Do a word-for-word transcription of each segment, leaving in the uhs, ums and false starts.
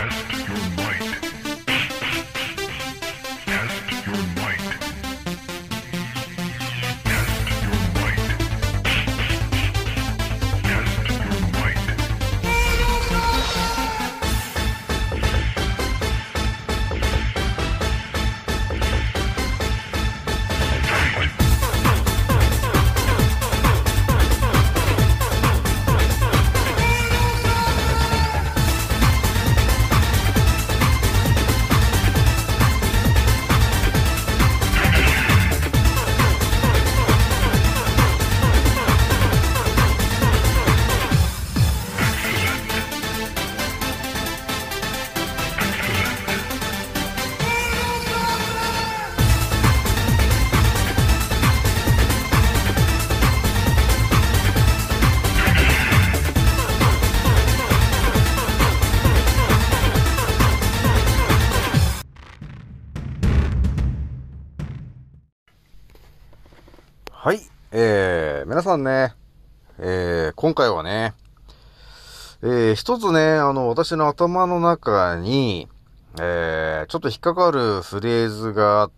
はい、えー、皆さんね、えー、今回はね、えー、一つね、あの、私の頭の中に、えー、ちょっと引っかかるフレーズがあって、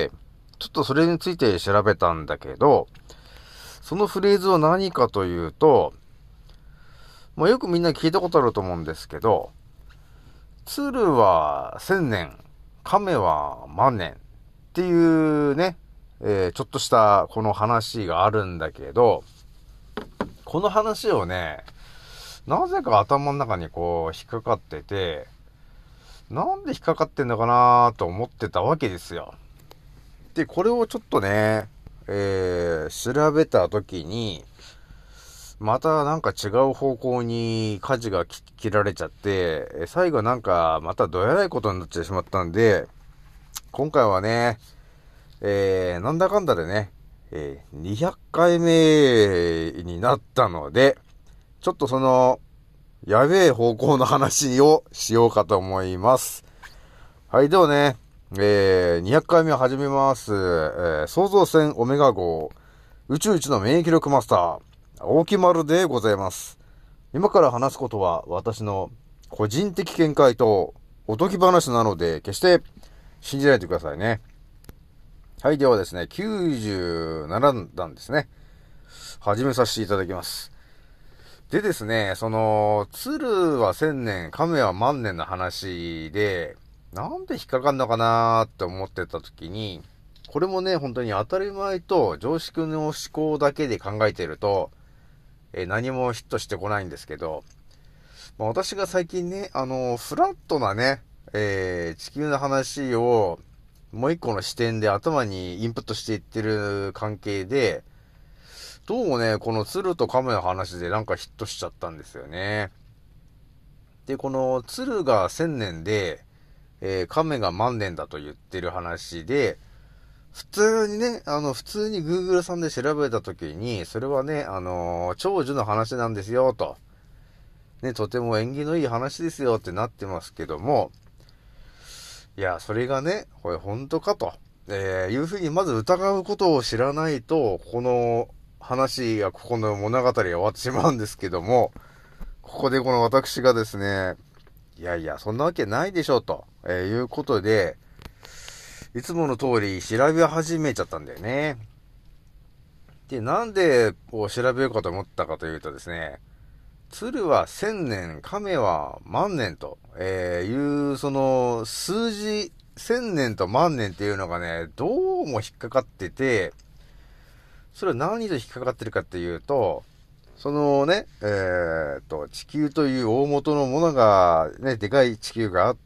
ちょっとそれについて調べたんだけど、そのフレーズは何かというと、まあ、よくみんな聞いたことあると思うんですけど、鶴は千年、亀は万年っていうね、えー、ちょっとしたこの話があるんだけど、この話をね、なぜか頭の中にこう引っかかってて、なんで引っかかってんのかなと思ってたわけですよ。で、これをちょっとね、えー、調べたときに、またなんか違う方向に舵が切られちゃって、最後なんかまたどやらいことになってしまったんで、今回はね、えー、なんだかんだでね、えー、にひゃっかいめになったので、ちょっとその、やべえ方向の話をしようかと思います。はい、ではね、えー、にひゃっかいめを始めます。えー、創造船オメガ号、宇宙一の免疫力マスター、青木丸でございます。今から話すことは私の個人的見解とおとぎ話なので、決して信じないでくださいね。はい、ではですね、きゅうじゅうななだんですね。始めさせていただきます。でですね、その、鶴は千年、亀は万年の話で、なんで引っかかんのかなーって思ってた時に、これもね、本当に当たり前と常識の思考だけで考えていると、えー、何もヒットしてこないんですけど、まあ、私が最近ね、あの、フラットなね、えー、地球の話を、もう一個の視点で頭にインプットしていってる関係で、どうもね、この鶴と亀の話でなんかヒットしちゃったんですよね。で、この鶴が千年で、えー、亀が万年だと言ってる話で、普通にね、あの、普通に Google さんで調べたときに、それはね、あのー、長寿の話なんですよ、と。ね、とても縁起のいい話ですよってなってますけども、いや、それがね、これ本当かと、えー、いうふうにまず疑うことを知らないと、この話やここの物語が終わってしまうんですけども、ここでこの私がですね、いやいや、そんなわけないでしょうと、えー、いうことで、いつもの通り調べ始めちゃったんだよね。で、なんでこう調べようかと思ったかというとですね、鶴は千年、亀は万年と、えー、いう、その、数字、千年と万年っていうのがね、どうも引っかかってて、それは何と引っかかってるかっていうと、そのね、えーと、地球という大元のものが、ね、でかい地球があって、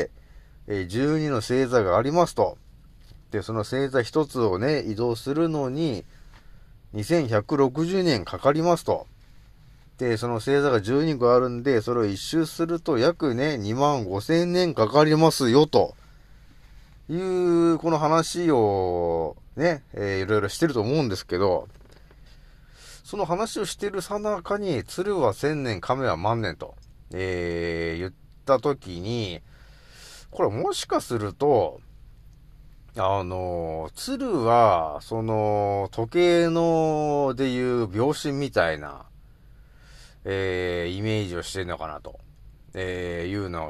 えー、じゅうにの星座がありますと。で、その星座一つをね、移動するのに、にせんひゃくろくじゅうねんかかりますと。で、その星座がじゅうにこあるんで、それを一周すると約ね、にまんごせんねんかかりますよ、という、この話をね、えー、いろいろしてると思うんですけど、その話をしてるさなかに、鶴は千年、亀は万年と、えー、言ったときに、これもしかすると、あの、鶴は、その、時計の、でいう秒針みたいな、えー、イメージをしてるのかなと、えー、いうのがあっ 、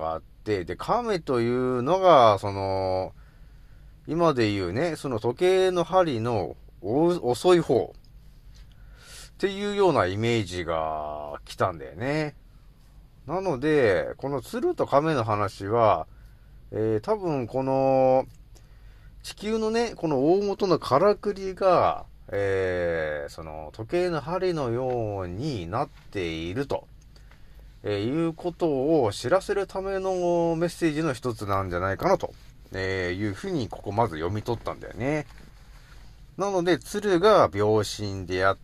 で、亀というのが、その、今で言うね、その時計の針の遅い方っていうようなイメージが来たんだよね。なので、この鶴と亀の話は、えー、多分この地球のね、この大元のからくりが、えー、その時計の針のようになっていると、えー、いうことを知らせるためのメッセージの一つなんじゃないかなと、えー、いうふうにここまず読み取ったんだよね。なので、鶴が秒針でやって、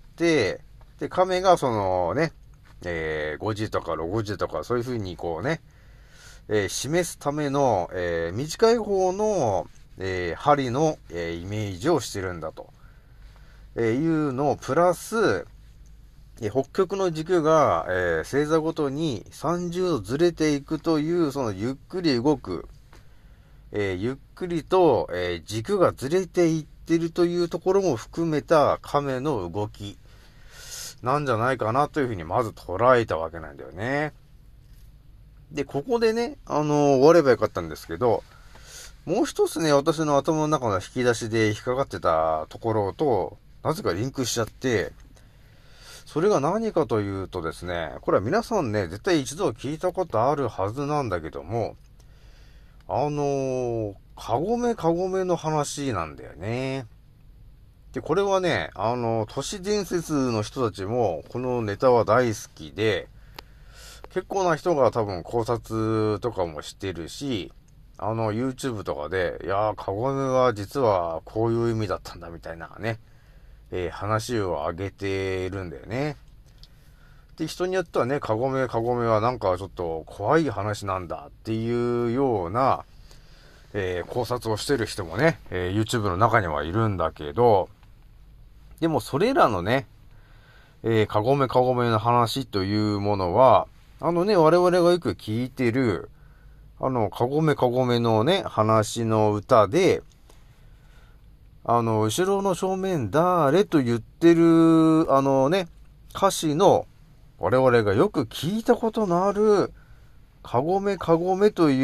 で、亀がそのね、えー、ごじとかろくじとかそういうふうにこうね、えー、示すための、えー、短い方の、えー、針の、えー、イメージをしてるんだと、えー、いうのをプラス、えー、北極の軸が、えー、星座ごとにさんじゅうどずれていくというそのゆっくり動く、えー、ゆっくりと、えー、軸がずれていってるというところも含めた亀の動きなんじゃないかなというふうにまず捉えたわけなんだよね。で、ここでね、あのー、終わればよかったんですけど、もう一つね、私の頭の中の引き出しで引っかかってたところと、なぜかリンクしちゃって、それが何かというとですね、これは皆さんね、絶対一度聞いたことあるはずなんだけども、あのー、カゴメカゴメの話なんだよね。で、これはね、あのー、都市伝説の人たちも、このネタは大好きで、結構な人が多分考察とかもしてるし、あの YouTube とかで、いやー、カゴメは実はこういう意味だったんだみたいなね、えー、話を上げてるんだよね。で、人によってはね、カゴメカゴメはなんかちょっと怖い話なんだっていうような、えー、考察をしてる人もね、えー、YouTube の中にはいるんだけど、でもそれらのね、えー、カゴメカゴメの話というものは、あのね、我々がよく聞いてる、あの、カゴメカゴメのね、話の歌で、あの、後ろの正面だーれと言ってる、あのね、歌詞の、我々がよく聞いたことのある、カゴメカゴメという、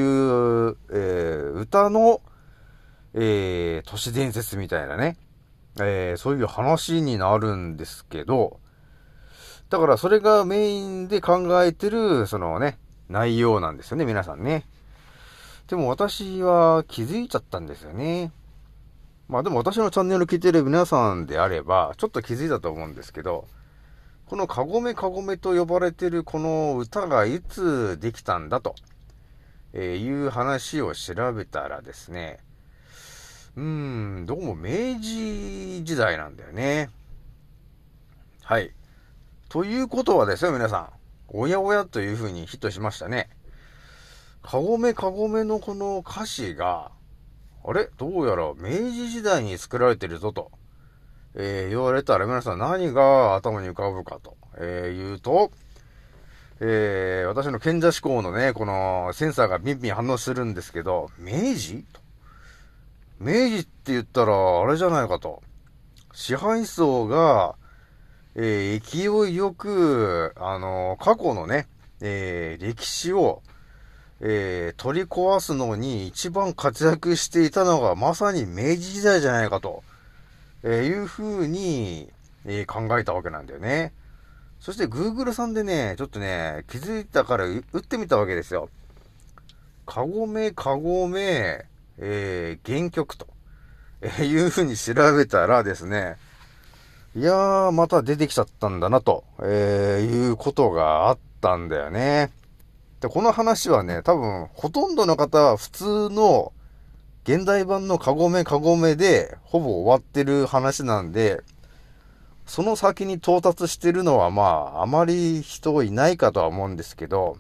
えー、歌の、えー、都市伝説みたいなね、えー、そういう話になるんですけど、だからそれがメインで考えてる、そのね、内容なんですよね、皆さんね。でも私は気づいちゃったんですよね。まあでも私のチャンネル聞いてる皆さんであれば、ちょっと気づいたと思うんですけど、このカゴメカゴメと呼ばれてるこの歌がいつできたんだと、えー、いう話を調べたらですね、うーん、どうも明治時代なんだよね。はい。ということはですよ、皆さん。おやおやという風にヒットしましたね。カゴメカゴメのこの歌詞が、あれどうやら明治時代に作られてるぞと、えー、言われたら皆さん何が頭に浮かぶかと、えー、言うと、えー、私の賢者思考のね、このセンサーがビンビン反応するんですけど、明治と明治って言ったらあれじゃないかと。支配層が、えー、勢いよく、あのー、過去のね、えー、歴史を、えー、取り壊すのに一番活躍していたのがまさに明治時代じゃないかと、えー、いう風に、えー、考えたわけなんだよね。そして Google さんでね、ちょっとね、気づいたから打ってみたわけですよ。カゴメカゴメ、えー、原曲と、えー、いう風に調べたらですね、いやー、また出てきちゃったんだなと、えー、いうことがあったんだよね。で、この話はね、多分、ほとんどの方は普通の現代版のカゴメカゴメでほぼ終わってる話なんで、その先に到達してるのはまあ、あまり人いないかとは思うんですけど、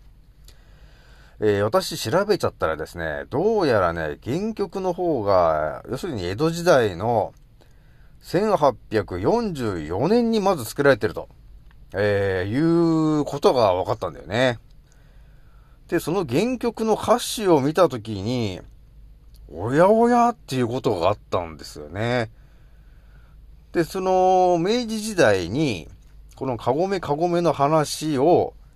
えー、私調べちゃったらですね、どうやらね、原曲の方が、要するに江戸時代のせんはっぴゃくよんじゅうよねんにまず作られてると、えー、いうことが分かったんだよね。で、その原曲の歌詞を見たときに、おやおやっていうことがあったんですよね。で、その、明治時代に、このカゴメカゴメの話を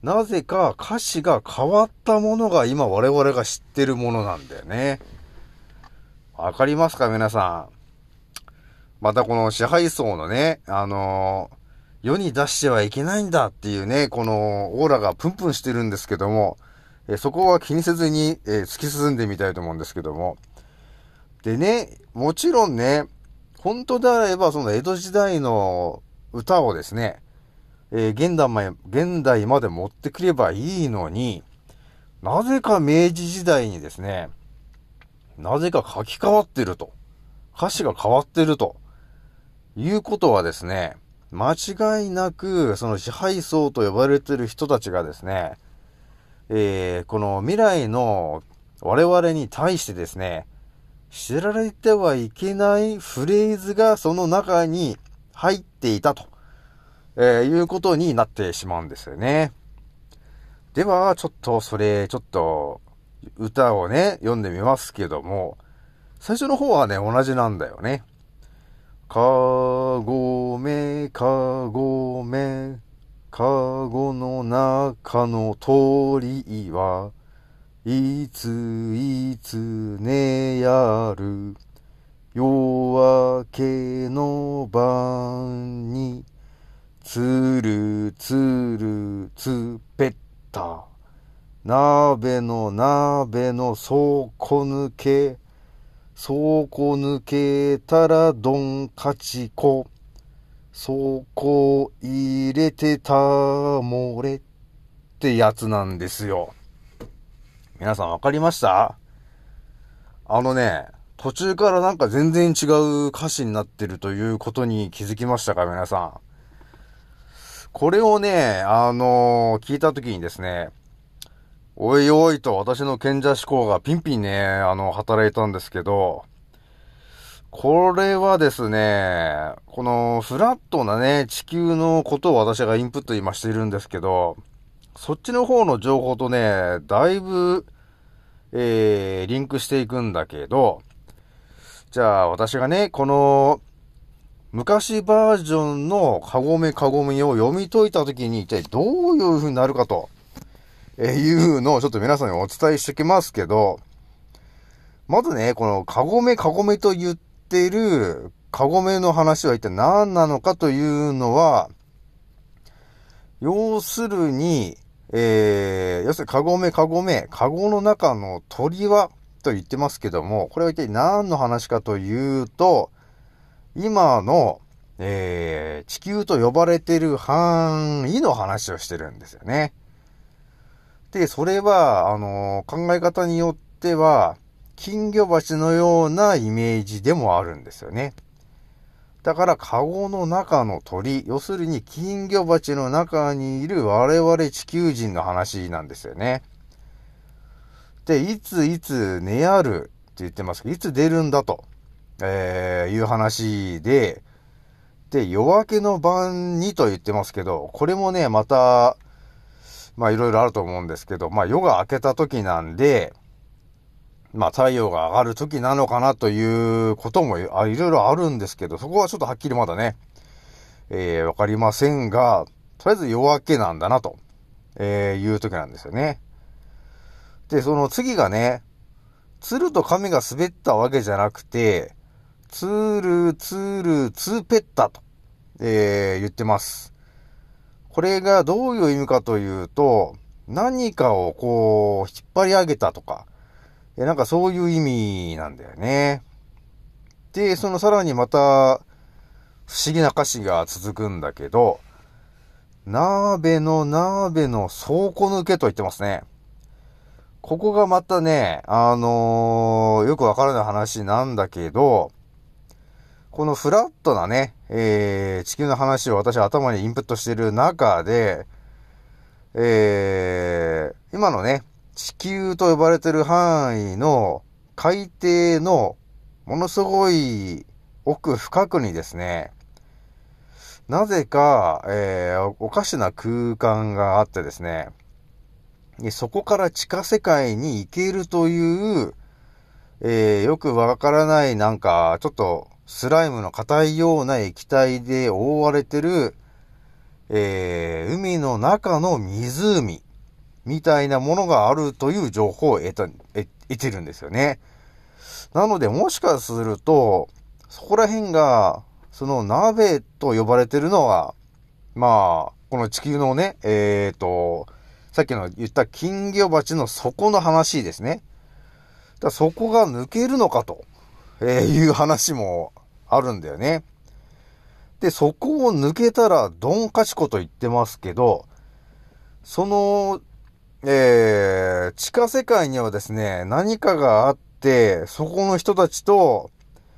なぜか歌詞が変わったものが今我々が知ってるものなんだよね。わかりますか皆さん。またこの支配層のね、あのー、世に出してはいけないんだっていうね、このオーラがプンプンしてるんですけども、えそこは気にせずに、えー、突き進んでみたいと思うんですけども。でね、もちろんね、本当であればその江戸時代の歌をですね、えー、現代まで、現代まで持ってくればいいのに、なぜか明治時代にですね、なぜか書き換わってると。歌詞が変わってると。いうことはですね、間違いなく、その支配層と呼ばれている人たちがですね、えー、この未来の我々に対してですね、知られてはいけないフレーズがその中に入っていたと、えー、いうことになってしまうんですよね。では、ちょっとそれ、ちょっと歌をね、読んでみますけども、最初の方はね、同じなんだよね。かごめかごめかごの中の鳥はいついつねやる夜明けの晩につるつるつぺった鍋の鍋の底抜けそこ抜けたらどんかちこ。そこ入れてたもれってやつなんですよ。皆さんわかりました？あのね、途中からなんか全然違う歌詞になってるということに気づきましたか皆さん。これをね、あのー、聞いたときにですね、おいおいと私の賢者思考がピンピンね、あの、働いたんですけど、これはですね、このフラットなね、地球のことを私がインプット今しているんですけど、そっちの方の情報とね、だいぶ、えー、リンクしていくんだけど、じゃあ私がね、この、昔バージョンのカゴメカゴメを読み解いたときに一体どういう風になるかと、えー、いうのをちょっと皆さんにお伝えしておきますけど、まずね、このカゴメカゴメと言っているカゴメの話は一体何なのかというのは、要するに、えー、要するにカゴメカゴメ、カゴの中の鳥はと言ってますけども、これは一体何の話かというと、今の、えー、地球と呼ばれている範囲の話をしてるんですよね。で、それは、あのー、考え方によっては、金魚鉢のようなイメージでもあるんですよね。だから、カゴの中の鳥、要するに金魚鉢の中にいる我々地球人の話なんですよね。で、いついつ寝あるって言ってますけど、いつ出るんだと、えー、いう話で、で、夜明けの晩にと言ってますけど、これもね、また、まあいろいろあると思うんですけど、まあ夜が明けた時なんで、まあ太陽が上がる時なのかなということもいろいろあるんですけど、そこはちょっとはっきりまだね、えー、わかりませんが、とりあえず夜明けなんだなと、えー、いう時なんですよね。で、その次がね、鶴と亀が滑ったわけじゃなくて、つるつるつぺったと、えー、言ってます。これがどういう意味かというと、何かをこう、引っ張り上げたとか、えなんかそういう意味なんだよね。で、そのさらにまた、不思議な歌詞が続くんだけど、鍋の鍋の倉庫抜けと言ってますね。ここがまたね、あのー、よくわからない話なんだけど、このフラットなね、えー、地球の話を私は頭にインプットしている中で、えー、今のね、地球と呼ばれている範囲の海底のものすごい奥深くにですね、なぜか、えー、おかしな空間があってですね、そこから地下世界に行けるという、えー、よくわからないなんか、ちょっとスライムの硬いような液体で覆われてる、 えー、海の中の湖みたいなものがあるという情報を得た、得てるんですよね。なので、もしかすると、そこら辺が、その鍋と呼ばれてるのは、まあ、この地球のね、えーと、さっきの言った金魚鉢の底の話ですね。だそこが抜けるのかと、えー、いう話もあるんだよね。で、そこを抜けたらドンカチコと言ってますけど、その、えー、地下世界にはですね、何かがあって、そこの人たちと、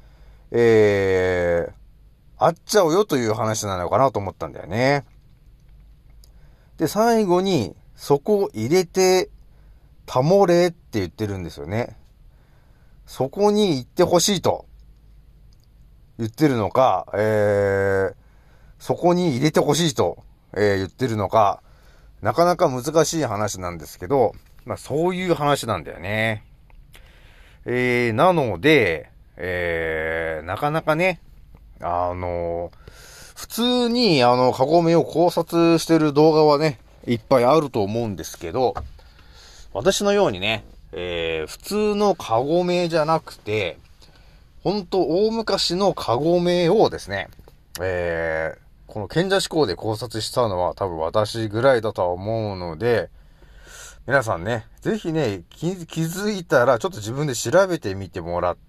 えー、会っちゃうよという話なのかなと思ったんだよね。で、最後に、そこを入れて、たもれって言ってるんですよね。そこに行ってほしいと言ってるのか、えー、そこに入れてほしいと、えー、言ってるのか、なかなか難しい話なんですけど、まあそういう話なんだよね。えー、なので、えー、なかなかね、あの、普通にあの、カゴメを考察してる動画はね、いっぱいあると思うんですけど、私のようにね、えー、普通のカゴメじゃなくて、ほんと大昔のカゴメをですね、えー、この賢者思考で考察したのは多分私ぐらいだとは思うので、皆さんね、ぜひね、気、気づいたらちょっと自分で調べてみてもらって、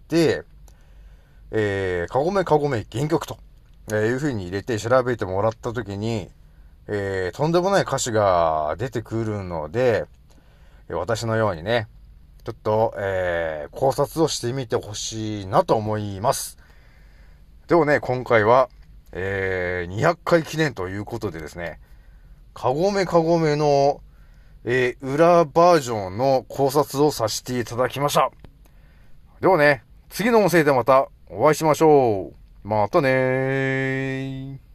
えー、カゴメカゴメ原曲と、えー、いう風に入れて調べてもらったときに、えー、とんでもない歌詞が出てくるので、私のようにね、ちょっと、えー、考察をしてみてほしいなと思います。でもね、今回は、えー、にひゃっかい記念ということでですね、カゴメカゴメの、えー、裏バージョンの考察をさせていただきました。ではね、次の音声でまたお会いしましょう。またねー。